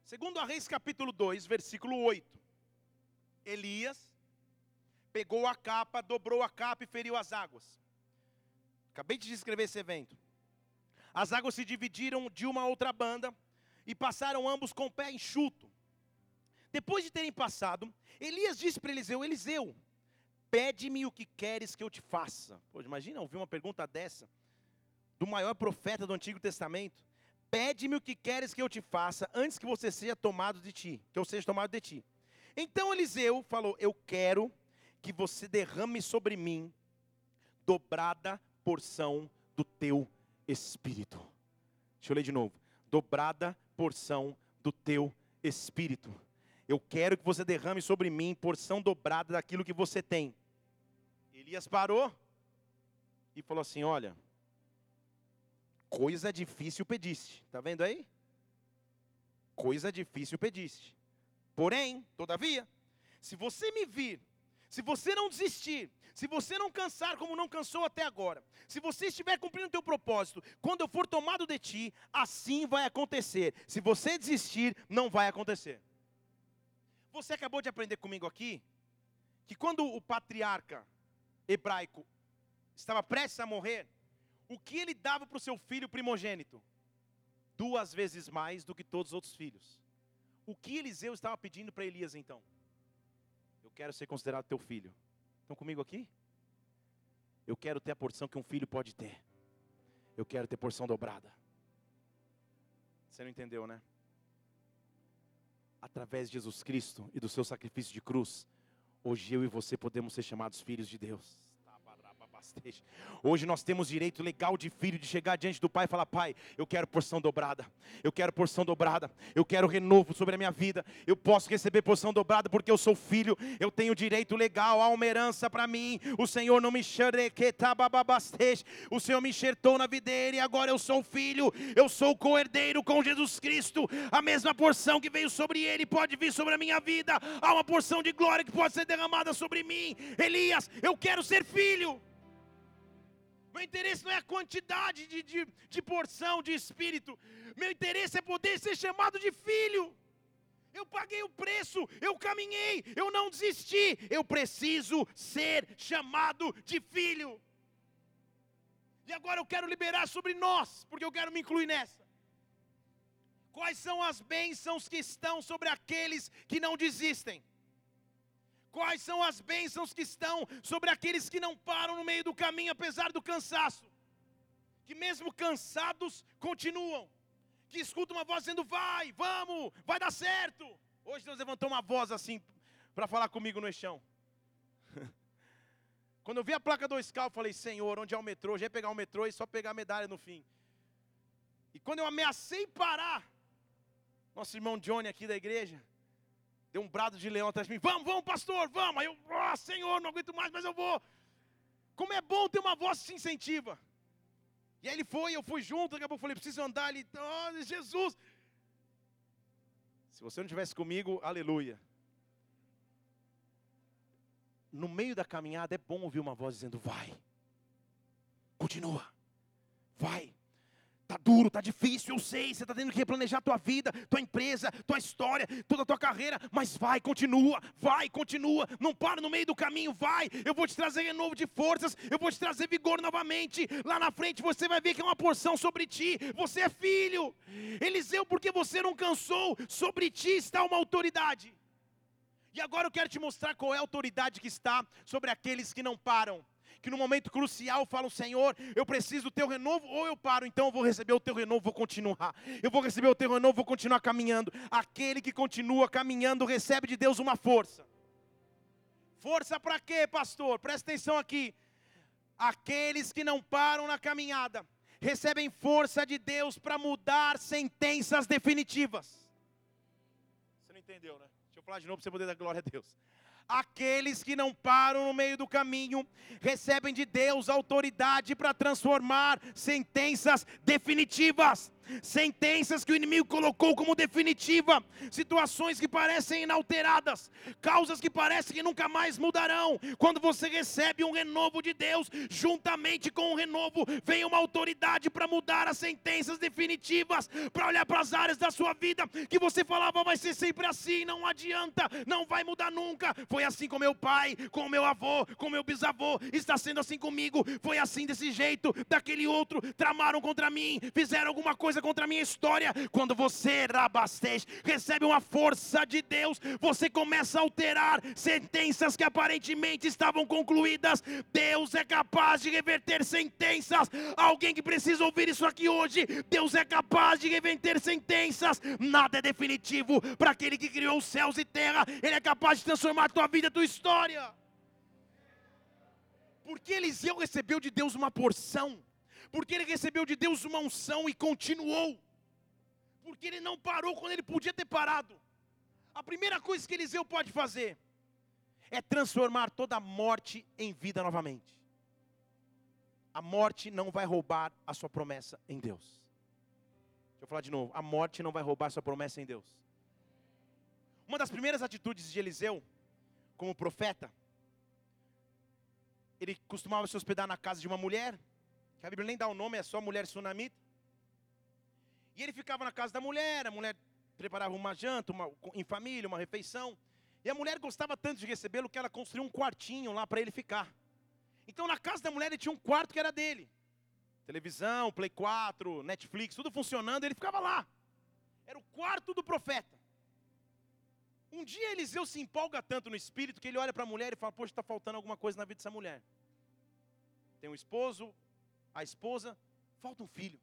[SPEAKER 1] Segundo a Reis capítulo dois, versículo oito. Elias pegou a capa, dobrou a capa e feriu as águas. Acabei de descrever esse evento. As águas se dividiram de uma outra banda e passaram ambos com o pé enxuto. Depois de terem passado, Elias disse para Eliseu: Eliseu, pede-me o que queres que eu te faça. Pô, imagina ouvir uma pergunta dessa do maior profeta do Antigo Testamento. Pede-me o que queres que eu te faça antes que você seja tomado de ti, que eu seja tomado de ti. Então Eliseu falou: eu quero que você derrame sobre mim dobrada porção do teu espírito. Deixa eu ler de novo. Dobrada porção do teu espírito. Eu quero que você derrame sobre mim porção dobrada daquilo que você tem. Elias parou e falou assim: olha, coisa difícil pediste. Está vendo aí? Coisa difícil pediste. Porém, todavia, se você me vir, se você não desistir, se você não cansar como não cansou até agora, se você estiver cumprindo o teu propósito, quando eu for tomado de ti, assim vai acontecer. Se você desistir, não vai acontecer. Você acabou de aprender comigo aqui, que quando o patriarca hebraico estava prestes a morrer, o que ele dava para o seu filho primogênito? Duas vezes mais do que todos os outros filhos. O que Eliseu estava pedindo para Elias então? Eu quero ser considerado teu filho. Estão comigo aqui? Eu quero ter a porção que um filho pode ter. Eu quero ter porção dobrada. Você não entendeu, né? Através de Jesus Cristo e do seu sacrifício de cruz, hoje eu e você podemos ser chamados filhos de Deus. Hoje nós temos direito legal de filho, de chegar diante do Pai e falar: Pai, eu quero porção dobrada, eu quero porção dobrada, eu quero renovo sobre a minha vida, eu posso receber porção dobrada porque eu sou filho, eu tenho direito legal, há uma herança para mim. O Senhor não me o Senhor me enxertou na videira e agora eu sou filho, eu sou co-herdeiro com Jesus Cristo. A mesma porção que veio sobre ele pode vir sobre a minha vida, há uma porção de glória que pode ser derramada sobre mim. Elias, eu quero ser filho. Meu interesse não é a quantidade de, de, de porção, de espírito. Meu interesse é poder ser chamado de filho. Eu paguei o preço, eu caminhei, eu não desisti. Eu preciso ser chamado de filho. E agora eu quero liberar sobre nós, porque eu quero me incluir nessa. Quais são as bênçãos que estão sobre aqueles que não desistem? Quais são as bênçãos que estão sobre aqueles que não param no meio do caminho, apesar do cansaço? Que mesmo cansados, continuam. Que escutam uma voz dizendo: vai, vamos, vai dar certo. Hoje Deus levantou uma voz assim, para falar comigo no eixão. Quando eu vi a placa do Scal, eu falei: Senhor, onde é o metrô? Já ia pegar o metrô e só pegar a medalha no fim. E quando eu ameacei parar, nosso irmão Johnny aqui da igreja deu um brado de leão atrás de mim: vamos, vamos pastor, vamos. Aí eu: ah, Senhor, não aguento mais, mas eu vou. Como é bom ter uma voz que te incentiva. E aí ele foi, eu fui junto, daqui a pouco eu falei: preciso andar. Ele: oh, Jesus. Se você não estivesse comigo, aleluia. No meio da caminhada é bom ouvir uma voz dizendo: vai, continua, vai. Está duro, está difícil, eu sei, você está tendo que replanejar a tua vida, tua empresa, tua história, toda a tua carreira, mas vai, continua, vai, continua, não para no meio do caminho, vai, eu vou te trazer renovo de forças, eu vou te trazer vigor novamente, lá na frente você vai ver que é uma porção sobre ti, você é filho. Eliseu, porque você não cansou, sobre ti está uma autoridade. E agora eu quero te mostrar qual é a autoridade que está sobre aqueles que não param. Que no momento crucial falam: Senhor, eu preciso do teu renovo, ou eu paro, então eu vou receber o teu renovo, vou continuar. Eu vou receber o teu renovo, vou continuar caminhando. Aquele que continua caminhando recebe de Deus uma força. Força para quê, pastor? Presta atenção aqui. Aqueles que não param na caminhada recebem força de Deus para mudar sentenças definitivas. Você não entendeu, né? Deixa eu falar de novo para você poder dar glória a Deus. Aqueles que não param no meio do caminho recebem de Deus autoridade para transformar sentenças definitivas. sentenças que o inimigo colocou como definitiva, situações que parecem inalteradas, causas que parecem que nunca mais mudarão. Quando você recebe um renovo de Deus, juntamente com o renovo, vem uma autoridade para mudar as sentenças definitivas, para olhar para as áreas da sua vida que você falava vai ser sempre assim, não adianta, não vai mudar nunca. Foi assim com meu pai, com meu avô, com meu bisavô, está sendo assim comigo, foi assim desse jeito, daquele outro, tramaram contra mim, fizeram alguma coisa contra a minha história. Quando você, Rabastej, recebe uma força de Deus, você começa a alterar sentenças que aparentemente estavam concluídas. Deus é capaz de reverter sentenças. Alguém que precisa ouvir isso aqui hoje, Deus é capaz de reverter sentenças. Nada é definitivo para aquele que criou os céus e terra. Ele é capaz de transformar a tua vida, a tua história. Porque Eliseu recebeu de Deus uma porção, porque ele recebeu de Deus uma unção e continuou, porque ele não parou quando ele podia ter parado. A primeira coisa que Eliseu pode fazer é transformar toda a morte em vida novamente. A morte não vai roubar a sua promessa em Deus. Deixa eu falar de novo, a morte não vai roubar a sua promessa em Deus. Uma das primeiras atitudes de Eliseu, como profeta, ele costumava se hospedar na casa de uma mulher, que a Bíblia nem dá o nome, é só mulher sunamita. E ele ficava na casa da mulher, a mulher preparava uma janta, uma, em família, uma refeição. E a mulher gostava tanto de recebê-lo que ela construiu um quartinho lá para ele ficar. Então na casa da mulher ele tinha um quarto que era dele. Televisão, Play quatro, Netflix, tudo funcionando, ele ficava lá. Era o quarto do profeta. Um dia Eliseu se empolga tanto no espírito que ele olha para a mulher e fala, poxa, está faltando alguma coisa na vida dessa mulher. Tem um esposo, a esposa, falta um filho.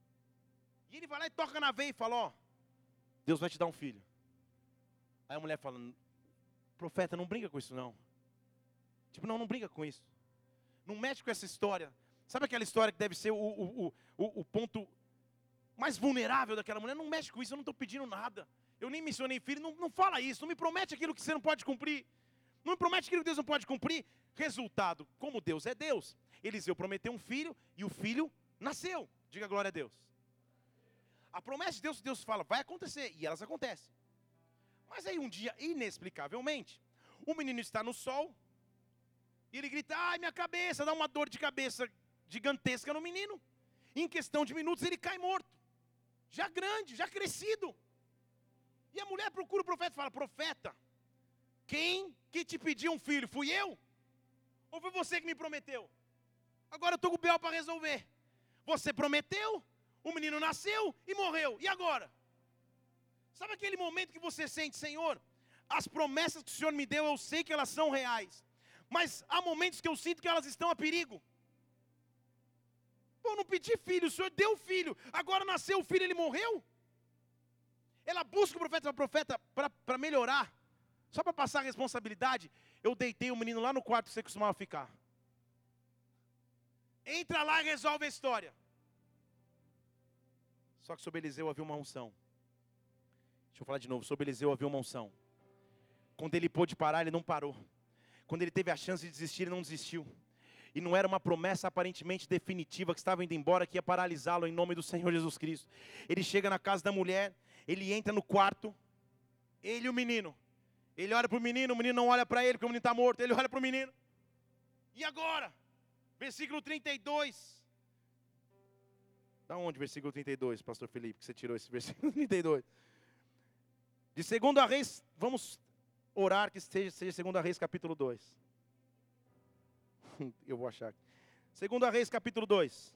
[SPEAKER 1] E ele vai lá e toca na veia e fala, ó, Deus vai te dar um filho. Aí a mulher fala, profeta, não brinca com isso não. Tipo, não, não brinca com isso. Não mexe com essa história. Sabe aquela história que deve ser o, o, o, o, o ponto mais vulnerável daquela mulher? Não mexe com isso, eu não estou pedindo nada. Eu nem mencionei filho, não, não fala isso, não me promete aquilo que você não pode cumprir. Não me promete aquilo que Deus não pode cumprir. Resultado, como Deus é Deus, Eliseu prometeu um filho e o filho nasceu. Diga glória a Deus. A promessa de Deus, Deus fala, vai acontecer, e elas acontecem. Mas aí um dia, inexplicavelmente, o menino está no sol, e ele grita, ai minha cabeça, dá uma dor de cabeça gigantesca no menino. E em questão de minutos ele cai morto. Já grande, já crescido. E a mulher procura o profeta e fala, profeta, quem que te pediu um filho? Fui eu? Ou foi você que me prometeu? Agora eu estou com o B O para resolver. Você prometeu, o menino nasceu e morreu. E agora? Sabe aquele momento que você sente, Senhor, as promessas que o Senhor me deu, eu sei que elas são reais. Mas há momentos que eu sinto que elas estão a perigo. Pô, não pedi filho, o Senhor deu filho. Agora nasceu o filho, ele morreu? Ela busca o profeta, o profeta para melhorar. Só para passar a responsabilidade, eu deitei o menino lá no quarto que você costumava ficar. Entra lá e resolve a história. Só que sobre Eliseu havia uma unção. Deixa eu falar de novo, sobre Eliseu havia uma unção. Quando ele pôde parar, ele não parou. Quando ele teve a chance de desistir, ele não desistiu. E não era uma promessa aparentemente definitiva que estava indo embora, que ia paralisá-lo em nome do Senhor Jesus Cristo. Ele chega na casa da mulher, ele entra no quarto, ele e o menino. Ele olha para o menino, o menino não olha para ele, porque o menino está morto. Ele olha para o menino. E agora? Versículo trinta e dois. Da onde versículo trinta e dois, pastor Felipe, que você tirou esse versículo trinta e dois? De segunda Reis, vamos orar que seja, seja segunda Reis capítulo dois. Eu vou achar aqui. segunda Reis capítulo dois.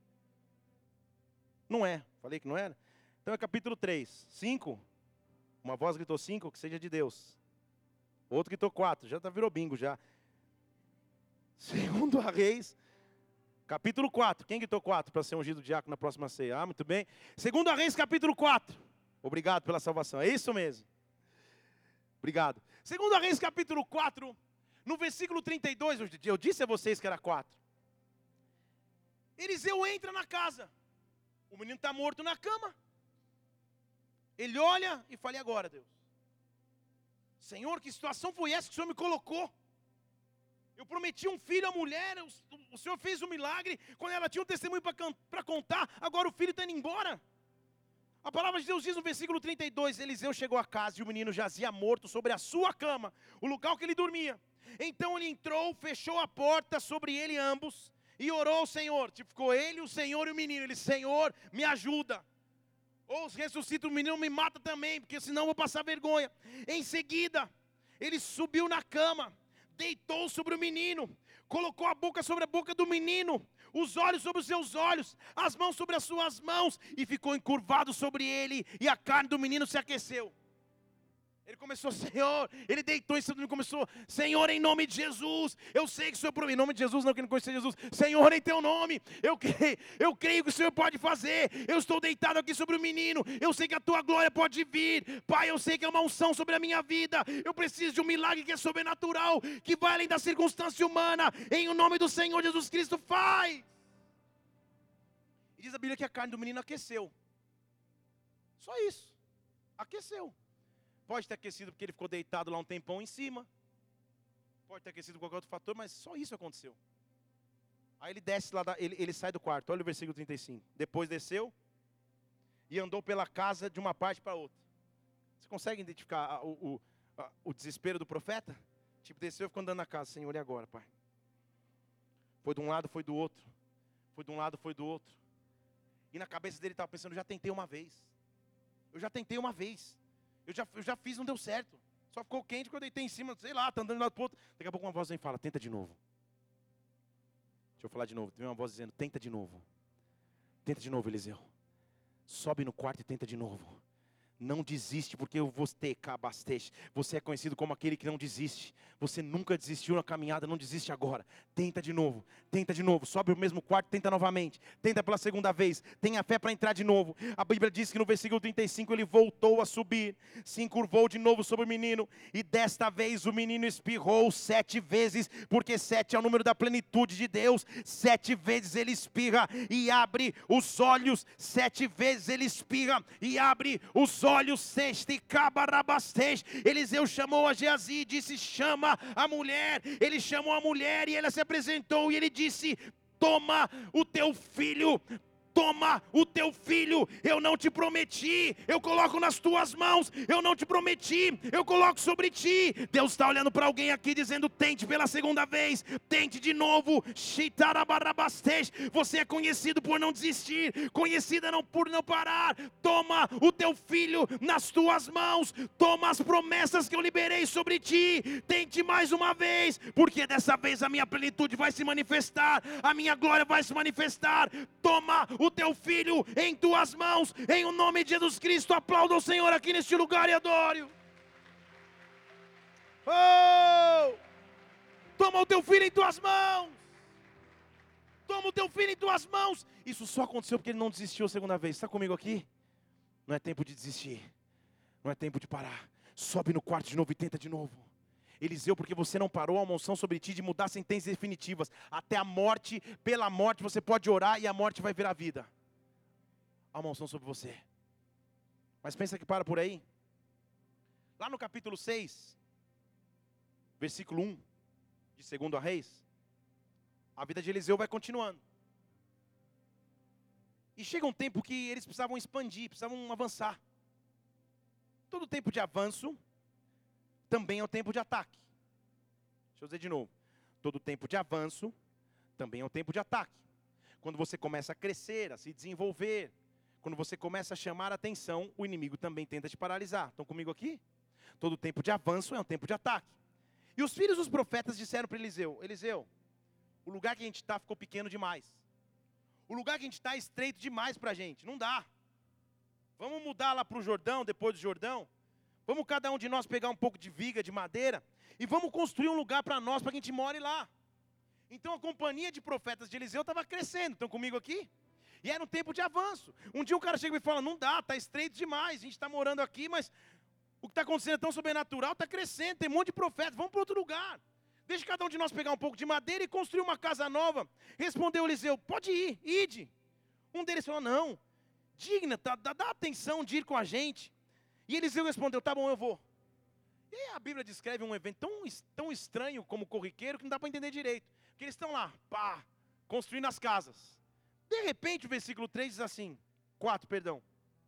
[SPEAKER 1] Não é, falei que não era? Então é capítulo três. cinco. Uma voz gritou cinco, que seja de Deus. Outro gritou quatro, já tá, virou bingo já. segunda Reis, capítulo quatro. Quem gritou quatro para ser ungido diácono na próxima ceia? Ah, muito bem. segunda Reis, capítulo quatro. Obrigado pela salvação, é isso mesmo. Obrigado. segunda Reis, capítulo quatro, no versículo trinta e dois, eu disse a vocês que era quatro. Eliseu entra na casa. O menino está morto na cama. Ele olha e fala, e agora, Deus? Senhor, que situação foi essa que o Senhor me colocou? Eu prometi um filho à mulher, o, o Senhor fez um milagre, quando ela tinha um testemunho para contar, agora o filho está indo embora. A palavra de Deus diz no versículo trinta e dois, Eliseu chegou a casa e o menino jazia morto sobre a sua cama, o lugar que ele dormia. Então ele entrou, fechou a porta sobre ele ambos e orou ao Senhor. Tipo, ficou ele, o Senhor e o menino. Ele, Senhor, me ajuda. Ou ressuscita o menino, me mata também, porque senão eu vou passar vergonha. Em seguida, ele subiu na cama, deitou sobre o menino, colocou a boca sobre a boca do menino, os olhos sobre os seus olhos, as mãos sobre as suas mãos, e ficou encurvado sobre ele, e a carne do menino se aqueceu. Ele começou, Senhor, ele deitou em cima do menino e começou, Senhor, em nome de Jesus, eu sei que o Senhor, em nome de Jesus, não que não conhecia Jesus, Senhor, em teu nome, eu creio, eu creio que o Senhor pode fazer, eu estou deitado aqui sobre o menino, eu sei que a tua glória pode vir, Pai, eu sei que é uma unção sobre a minha vida, eu preciso de um milagre que é sobrenatural, que vai além da circunstância humana, em o nome do Senhor Jesus Cristo, faz. E diz a Bíblia que a carne do menino aqueceu, só isso, aqueceu. Pode ter aquecido porque ele ficou deitado lá um tempão em cima. Pode ter aquecido por qualquer outro fator, mas só isso aconteceu. Aí ele desce lá, da, ele, ele sai do quarto, olha o versículo trinta e cinco. Depois desceu e andou pela casa de uma parte para outra. Você consegue identificar a, o, o, a, o desespero do profeta? Tipo, desceu e ficou andando na casa. Senhor, e agora, Pai? Foi de um lado, foi do outro. Foi de um lado, foi do outro. E na cabeça dele estava pensando, eu já tentei uma vez. Eu já tentei uma vez. Eu já, eu já fiz, não deu certo. Só ficou quente quando eu deitei em cima, sei lá, tá andando de um lado pro outro. Daqui a pouco uma voz vem e fala, tenta de novo. Deixa eu falar de novo. Tem uma voz dizendo, tenta de novo. Tenta de novo, Eliseu. Sobe no quarto e tenta de novo. Não desiste, porque você, você é conhecido como aquele que não desiste. Você nunca desistiu na caminhada, não desiste agora. Tenta de novo, tenta de novo. Sobe o mesmo quarto, tenta novamente. Tenta pela segunda vez. Tenha fé para entrar de novo. A Bíblia diz que no versículo trinta e cinco ele voltou a subir. Se encurvou de novo sobre o menino. E desta vez o menino espirrou sete vezes. Porque sete é o número da plenitude de Deus. Sete vezes ele espirra e abre os olhos. Sete vezes ele espirra e abre os olhos. Olhos sexta e cabarabastez. Eliseu chamou a Geazi e disse, chama a mulher. Ele chamou a mulher e ela se apresentou e ele disse, toma o teu filho. Toma o teu filho, eu não te prometi, eu coloco nas tuas mãos, eu não te prometi, eu coloco sobre ti. Deus está olhando para alguém aqui dizendo, tente pela segunda vez, tente de novo. Você é conhecido por não desistir, conhecida não por não parar. Toma o teu filho nas tuas mãos, toma as promessas que eu liberei sobre ti, tente mais uma vez, porque dessa vez a minha plenitude vai se manifestar, a minha glória vai se manifestar. Toma o teu filho em tuas mãos, em o nome de Jesus Cristo. Aplauda o Senhor aqui neste lugar e adore-o. Oh! Toma o teu filho em tuas mãos. Toma o teu filho em tuas mãos. Isso só aconteceu porque ele não desistiu a segunda vez. Está comigo aqui? Não é tempo de desistir. Não é tempo de parar. Sobe no quarto de novo e tenta de novo. Eliseu, porque você não parou a unção sobre ti de mudar sentenças definitivas. Até a morte, pela morte você pode orar e a morte vai virar vida. Há uma unção sobre você. Mas pensa que para por aí. Lá no capítulo seis, versículo um, de Segundo a Reis, a vida de Eliseu vai continuando. E chega um tempo que eles precisavam expandir, precisavam avançar. Todo tempo de avanço também é o tempo de ataque. Deixa eu dizer de novo. Todo tempo de avanço também é o tempo de ataque. Quando você começa a crescer, a se desenvolver, quando você começa a chamar a atenção, o inimigo também tenta te paralisar. Estão comigo aqui? Todo tempo de avanço é um tempo de ataque. E os filhos dos profetas disseram para Eliseu, Eliseu, o lugar que a gente está ficou pequeno demais. O lugar que a gente está é estreito demais para a gente, não dá. Vamos mudar lá para o Jordão, depois do Jordão. Vamos cada um de nós pegar um pouco de viga, de madeira, e vamos construir um lugar para nós, para que a gente more lá. Então a companhia de profetas de Eliseu estava crescendo. Estão comigo aqui? E era um tempo de avanço. Um dia o cara chega e fala, não dá, está estreito demais, a gente está morando aqui, mas o que está acontecendo é tão sobrenatural, está crescendo, tem um monte de profetas, vamos para outro lugar. Deixa cada um de nós pegar um pouco de madeira e construir uma casa nova. Respondeu Eliseu, pode ir, ide. Um deles falou, não, digna, dá, dá atenção de ir com a gente. E Eliseu respondeu, tá bom, eu vou. E aí a Bíblia descreve um evento tão, tão estranho como corriqueiro que não dá para entender direito. Porque eles estão lá, pá, construindo as casas. De repente o versículo três diz assim, quatro, perdão.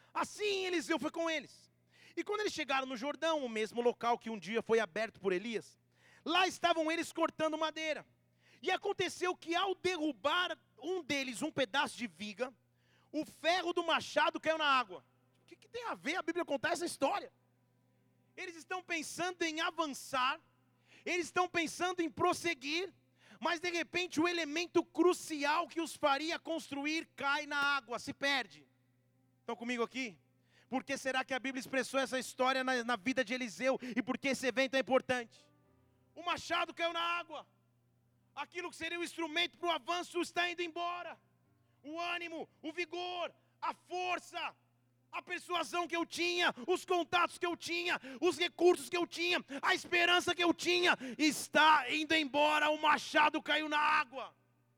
[SPEAKER 1] Assim Eliseu foi com eles. E quando eles chegaram no Jordão, o mesmo local que um dia foi aberto por Elias, lá estavam eles cortando madeira. E aconteceu que ao derrubar um deles um pedaço de viga, o ferro do machado caiu na água. O que, que tem a ver a Bíblia contar essa história? Eles estão pensando em avançar, eles estão pensando em prosseguir, mas de repente o elemento crucial que os faria construir cai na água, se perde. Estão comigo aqui? Por que será que a Bíblia expressou essa história na, na vida de Eliseu? E por que esse evento é importante? O machado caiu na água. Aquilo que seria o instrumento para o avanço está indo embora. O ânimo, o vigor, a força, a persuasão que eu tinha, os contatos que eu tinha, os recursos que eu tinha, a esperança que eu tinha, está indo embora, o machado caiu na água.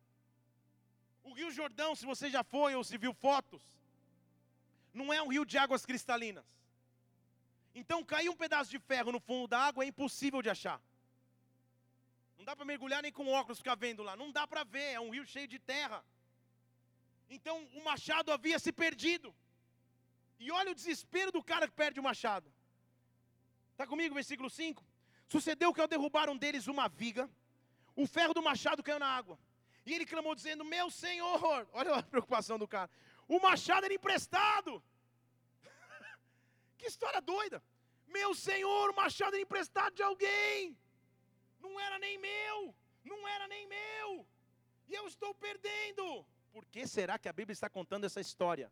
[SPEAKER 1] O Rio Jordão, se você já foi ou se viu fotos, não é um rio de águas cristalinas. Então cair um pedaço de ferro no fundo da água é impossível de achar. Não dá para mergulhar nem com óculos ficar vendo lá, não dá para ver, é um rio cheio de terra. Então o machado havia se perdido. E olha o desespero do cara que perde o machado. Está comigo, versículo cinco? Sucedeu que ao derrubar um deles uma viga, o ferro do machado caiu na água. E ele clamou dizendo, meu Senhor, olha a preocupação do cara, o machado era emprestado. Que história doida. Meu Senhor, o machado era emprestado de alguém. Não era nem meu, não era nem meu. E eu estou perdendo. Por que será que a Bíblia está contando essa história?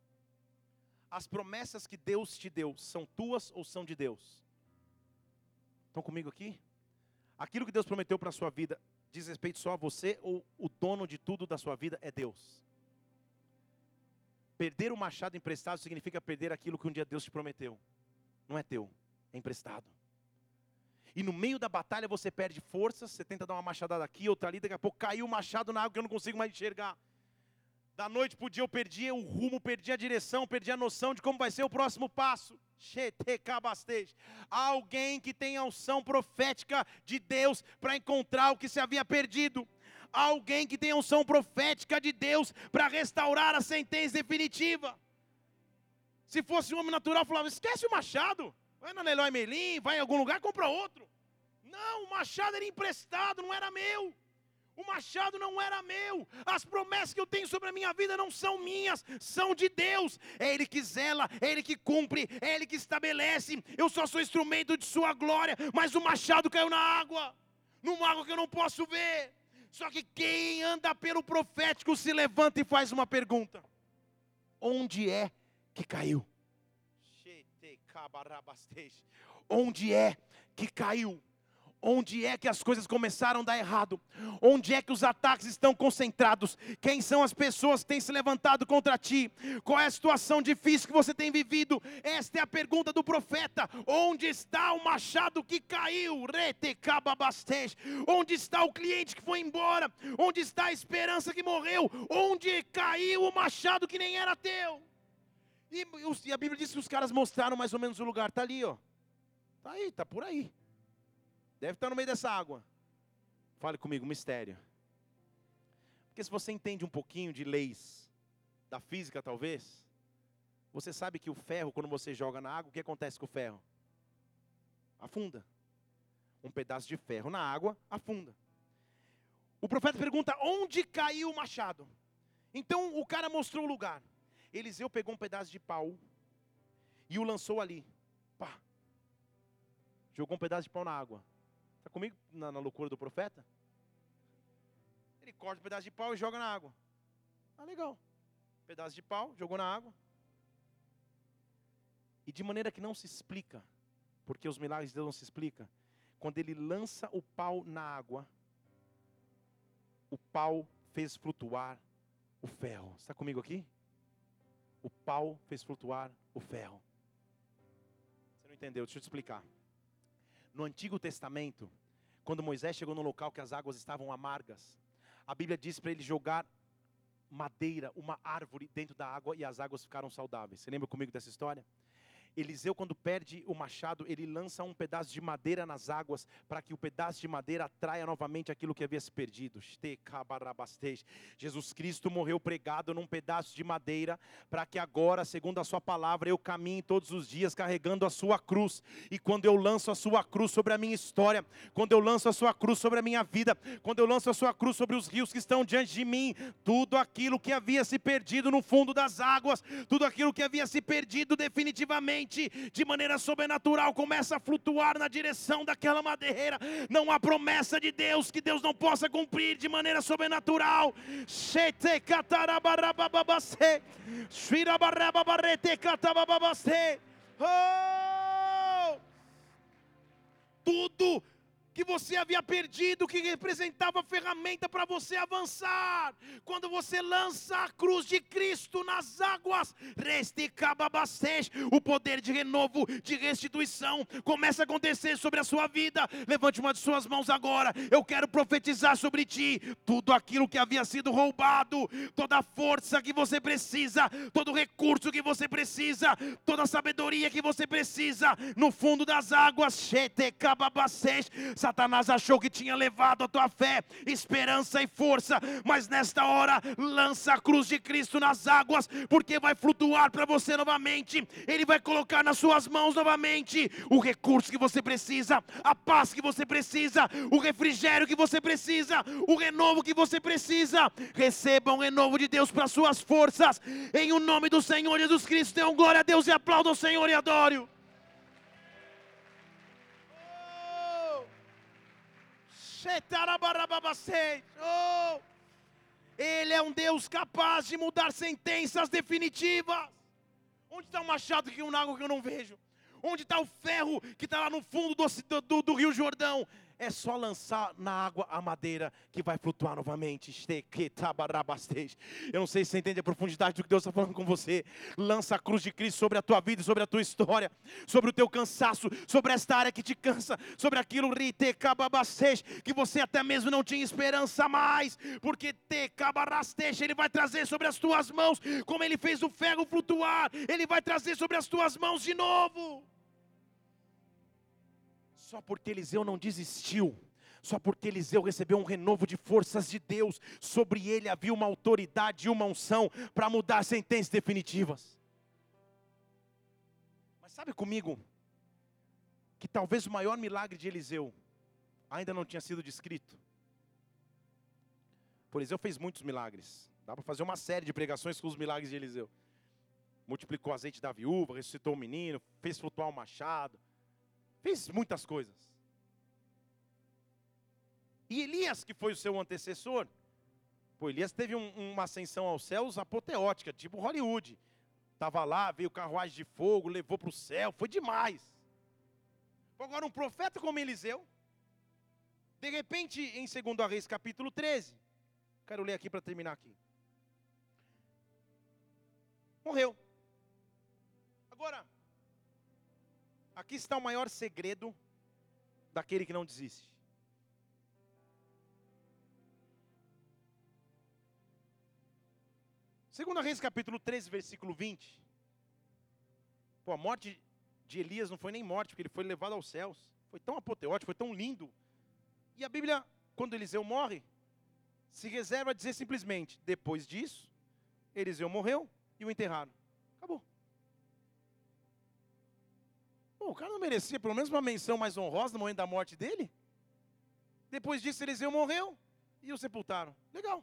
[SPEAKER 1] As promessas que Deus te deu, são tuas ou são de Deus? Estão comigo aqui? Aquilo que Deus prometeu para a sua vida, diz respeito só a você, ou o dono de tudo da sua vida é Deus? Perder o machado emprestado significa perder aquilo que um dia Deus te prometeu. Não é teu, é emprestado. E no meio da batalha você perde forças, você tenta dar uma machadada aqui, outra ali, daqui a pouco caiu o machado na água que eu não consigo mais enxergar. Da noite para o dia eu perdi o rumo, perdi a direção, perdi a noção de como vai ser o próximo passo. Há alguém que tem a unção profética de Deus para encontrar o que se havia perdido. Há alguém que tem a unção profética de Deus para restaurar a sentença definitiva. Se fosse um homem natural, falava, esquece o machado. Vai na Leroy Merlin, vai em algum lugar, compra outro. Não, o machado era emprestado, não era meu. O machado não era meu. As promessas que eu tenho sobre a minha vida não são minhas, são de Deus. É Ele que zela, é Ele que cumpre, é Ele que estabelece. Eu só sou instrumento de sua glória, mas o machado caiu na água, numa água que eu não posso ver. Só que quem anda pelo profético se levanta e faz uma pergunta: onde é que caiu? Onde é que caiu? Onde é que as coisas começaram a dar errado? Onde é que os ataques estão concentrados? Quem são as pessoas que têm se levantado contra ti? Qual é a situação difícil que você tem vivido? Esta é a pergunta do profeta. Onde está o machado que caiu? Onde está o cliente que foi embora? Onde está a esperança que morreu? Onde caiu o machado que nem era teu? E, e a Bíblia diz que os caras mostraram mais ou menos o lugar. Está ali, ó. Está aí, está por aí. Deve estar no meio dessa água. Fale comigo, mistério. Porque se você entende um pouquinho de leis da física, talvez, você sabe que o ferro, quando você joga na água, o que acontece com o ferro? Afunda. Um pedaço de ferro na água, afunda. O profeta pergunta, onde caiu o machado? Então o cara mostrou o lugar. Eliseu pegou um pedaço de pau e o lançou ali. Pá. Jogou um pedaço de pau na água. Está comigo na, na loucura do profeta? Ele corta um pedaço de pau e joga na água. Ah, legal. Pedaço de pau, jogou na água. E de maneira que não se explica, porque os milagres de Deus não se explicam, quando ele lança o pau na água, o pau fez flutuar o ferro. Está comigo aqui? O pau fez flutuar o ferro. Você não entendeu? Deixa eu te explicar. No Antigo Testamento, quando Moisés chegou no local que as águas estavam amargas, a Bíblia diz para ele jogar madeira, uma árvore dentro da água e as águas ficaram saudáveis. Você lembra comigo dessa história? Eliseu, quando perde o machado, ele lança um pedaço de madeira nas águas, para que o pedaço de madeira atraia novamente aquilo que havia se perdido. Jesus Cristo morreu pregado num pedaço de madeira, para que agora, segundo a sua palavra, eu caminhe todos os dias carregando a sua cruz. E quando eu lanço a sua cruz sobre a minha história, quando eu lanço a sua cruz sobre a minha vida, quando eu lanço a sua cruz sobre os rios que estão diante de mim, tudo aquilo que havia se perdido no fundo das águas, tudo aquilo que havia se perdido definitivamente, de maneira sobrenatural, começa a flutuar na direção daquela madeira. Não há promessa de Deus que Deus não possa cumprir de maneira sobrenatural. Oh! Tudo que você havia perdido, que representava ferramenta para você avançar, quando você lança a cruz de Cristo nas águas, o poder de renovo, de restituição, começa a acontecer sobre a sua vida. Levante uma de suas mãos agora, eu quero profetizar sobre ti, tudo aquilo que havia sido roubado, toda a força que você precisa, todo o recurso que você precisa, toda a sabedoria que você precisa, no fundo das águas, Satanás achou que tinha levado a tua fé, esperança e força, mas nesta hora, lança a cruz de Cristo nas águas, porque vai flutuar para você novamente. Ele vai colocar nas suas mãos novamente o recurso que você precisa, a paz que você precisa, o refrigério que você precisa, o renovo que você precisa. Receba um renovo de Deus para suas forças, em o nome do Senhor Jesus Cristo. Dê um glória a Deus e aplauda o Senhor e adore-o. Oh, Ele é um Deus capaz de mudar sentenças definitivas. Onde está o machado que eu não, que eu não vejo? Onde está o ferro que está lá no fundo do, do, do Rio Jordão? É só lançar na água a madeira que vai flutuar novamente. Eu não sei se você entende a profundidade do que Deus está falando com você. Lança a cruz de Cristo sobre a tua vida, sobre a tua história, sobre o teu cansaço, sobre esta área que te cansa, sobre aquilo que você até mesmo não tinha esperança mais, porque Ele vai trazer sobre as tuas mãos, como Ele fez o ferro flutuar, Ele vai trazer sobre as tuas mãos de novo. Só porque Eliseu não desistiu, só porque Eliseu recebeu um renovo de forças de Deus, sobre ele havia uma autoridade e uma unção para mudar sentenças definitivas. Mas sabe comigo, que talvez o maior milagre de Eliseu ainda não tinha sido descrito. Por Eliseu fez muitos milagres, dá para fazer uma série de pregações com os milagres de Eliseu. Multiplicou o azeite da viúva, ressuscitou o menino, fez flutuar o machado, fez muitas coisas. E Elias, que foi o seu antecessor, pô, Elias teve um, uma ascensão aos céus apoteótica, tipo Hollywood. Estava lá, veio carruagem de fogo, levou para o céu, foi demais. Agora um profeta como Eliseu, de repente em Segunda Reis capítulo treze, quero ler aqui para terminar aqui. Morreu. Agora, aqui está o maior segredo daquele que não desiste. Segunda Reis capítulo treze, versículo vinte. Pô, a morte de Elias não foi nem morte, porque ele foi levado aos céus. Foi tão apoteótico, foi tão lindo. E a Bíblia, quando Eliseu morre, se reserva a dizer simplesmente, depois disso, Eliseu morreu e o enterraram. Acabou. Pô, o cara não merecia pelo menos uma menção mais honrosa no momento da morte dele? Depois disso, Eliseu morreu e o sepultaram. Legal.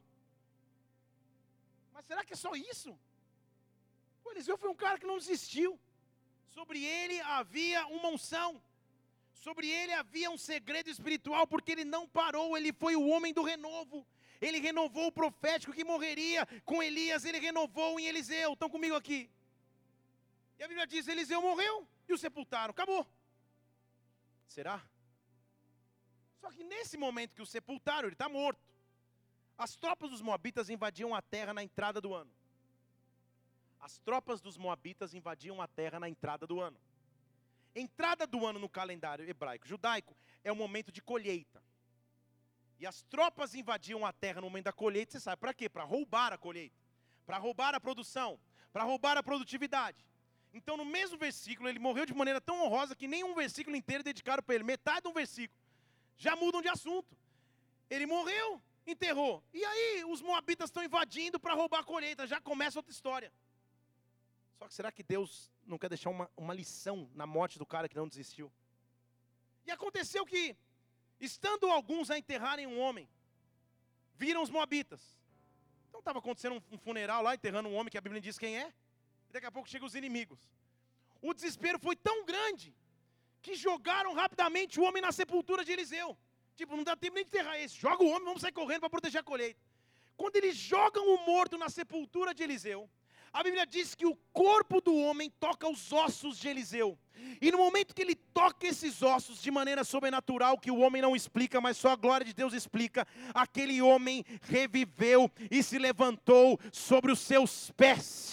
[SPEAKER 1] Mas será que é só isso? O Eliseu foi um cara que não desistiu. Sobre ele havia uma unção. Sobre ele havia um segredo espiritual, porque ele não parou, ele foi o homem do renovo. Ele renovou o profético que morreria com Elias, ele renovou em Eliseu. Estão comigo aqui? E a Bíblia diz, Eliseu morreu e o sepultaram, acabou. Será? Só que nesse momento que o sepultaram, ele está morto. As tropas dos moabitas invadiam a terra na entrada do ano. As tropas dos moabitas invadiam a terra na entrada do ano. Entrada do ano no calendário hebraico, judaico, é o momento de colheita. E as tropas invadiam a terra no momento da colheita, você sabe para quê? Para roubar a colheita, para roubar a produção, para roubar a produtividade. Então, no mesmo versículo, ele morreu de maneira tão honrosa que nem um versículo inteiro dedicaram para ele. Metade de um versículo. Já mudam de assunto. Ele morreu, enterrou. E aí, os moabitas estão invadindo para roubar a colheita. Já começa outra história. Só que será que Deus não quer deixar uma, uma lição na morte do cara que não desistiu? E aconteceu que, estando alguns a enterrarem um homem, viram os moabitas. Então estava acontecendo um funeral lá, enterrando um homem que a Bíblia diz quem é. E daqui a pouco chegam os inimigos. O desespero foi tão grande que jogaram rapidamente o homem na sepultura de Eliseu. Tipo, não dá tempo nem de enterrar esse. Joga o homem, vamos sair correndo para proteger a colheita. Quando eles jogam o morto na sepultura de Eliseu, a Bíblia diz que o corpo do homem toca os ossos de Eliseu. E no momento que ele toca esses ossos de maneira sobrenatural, que o homem não explica, mas só a glória de Deus explica, aquele homem reviveu e se levantou sobre os seus pés.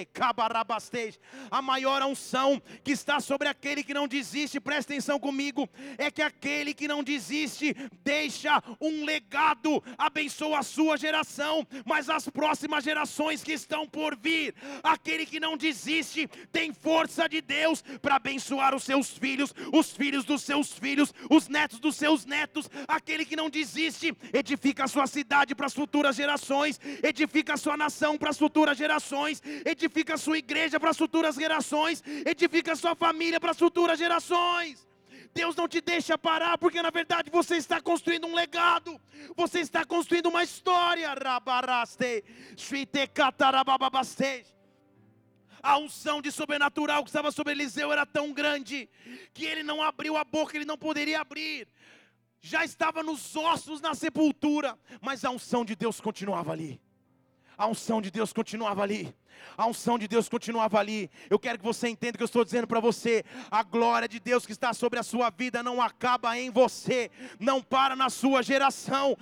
[SPEAKER 1] A maior unção que está sobre aquele que não desiste, presta atenção comigo, é que aquele que não desiste deixa um legado, abençoa a sua geração, mas as próximas gerações que estão por vir. Aquele que não desiste tem força de Deus para abençoar os seus filhos, os filhos dos seus filhos, os netos dos seus netos. Aquele que não desiste edifica a sua cidade para as futuras gerações, edifica a sua nação para as futuras gerações, edifica a sua igreja para as futuras gerações, edifica a sua família para as futuras gerações. Deus não te deixa parar, porque na verdade você está construindo um legado, você está construindo uma história. A unção de sobrenatural que estava sobre Eliseu era tão grande, que ele não abriu a boca, ele não poderia abrir. Já estava nos ossos na sepultura, mas a unção de Deus continuava ali. A unção de Deus continuava ali. A unção de Deus continuava ali. Eu quero que você entenda o que eu estou dizendo para você. A glória de Deus que está sobre a sua vida não acaba em você, não para na sua geração.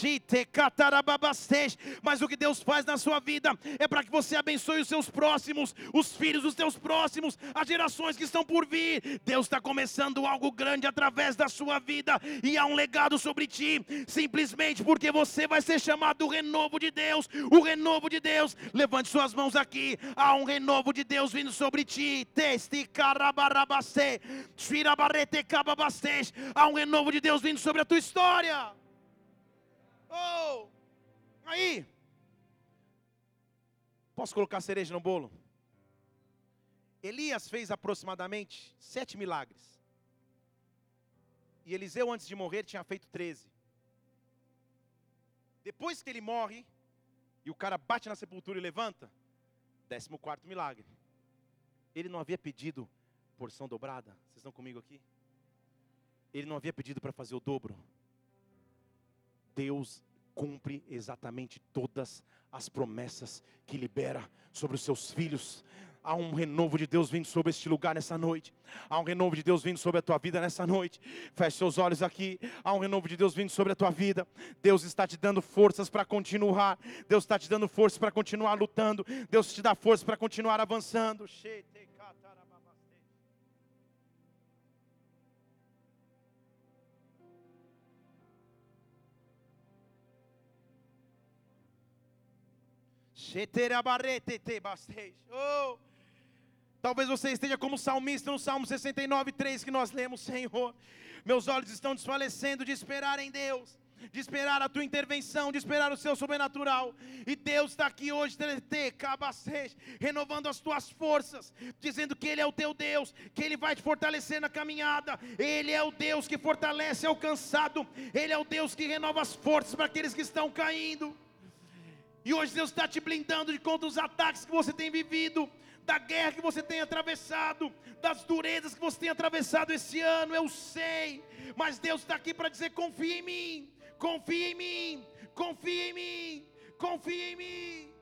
[SPEAKER 1] Mas o que Deus faz na sua vida é para que você abençoe os seus próximos, os filhos dos teus próximos, as gerações que estão por vir. Deus está começando algo grande através da sua vida, e há um legado sobre ti, simplesmente porque você vai ser chamado do renovo de Deus. O renovo de Deus, levante suas mãos aqui. Há um renovo de Deus vindo sobre ti. Há um renovo de Deus vindo sobre a tua história. Oh, aí, posso colocar cereja no bolo? Elias fez aproximadamente sete milagres. E Eliseu, antes de morrer, tinha feito treze. Depois que ele morre, e o cara bate na sepultura e levanta, décimo quarto milagre. Ele não havia pedido porção dobrada? Vocês estão comigo aqui? Ele não havia pedido para fazer o dobro. Deus cumpre exatamente todas as promessas que libera sobre os seus filhos. Há um renovo de Deus vindo sobre este lugar nessa noite. Há um renovo de Deus vindo sobre a tua vida nessa noite. Feche seus olhos aqui. Há um renovo de Deus vindo sobre a tua vida. Deus está te dando forças para continuar. Deus está te dando forças para continuar lutando. Deus te dá forças para continuar avançando. Oh, talvez você esteja como salmista no Salmo sessenta e nove, três que nós lemos. Senhor, meus olhos estão desfalecendo de esperar em Deus, de esperar a tua intervenção, de esperar o seu sobrenatural. E Deus está aqui hoje, renovando as tuas forças, dizendo que Ele é o teu Deus, que Ele vai te fortalecer na caminhada. Ele é o Deus que fortalece ao cansado, Ele é o Deus que renova as forças para aqueles que estão caindo. E hoje Deus está te blindando de contra os ataques que você tem vivido, da guerra que você tem atravessado, das durezas que você tem atravessado esse ano. Eu sei, mas Deus está aqui para dizer: confia em mim, confia em mim, confia em mim, confia em mim.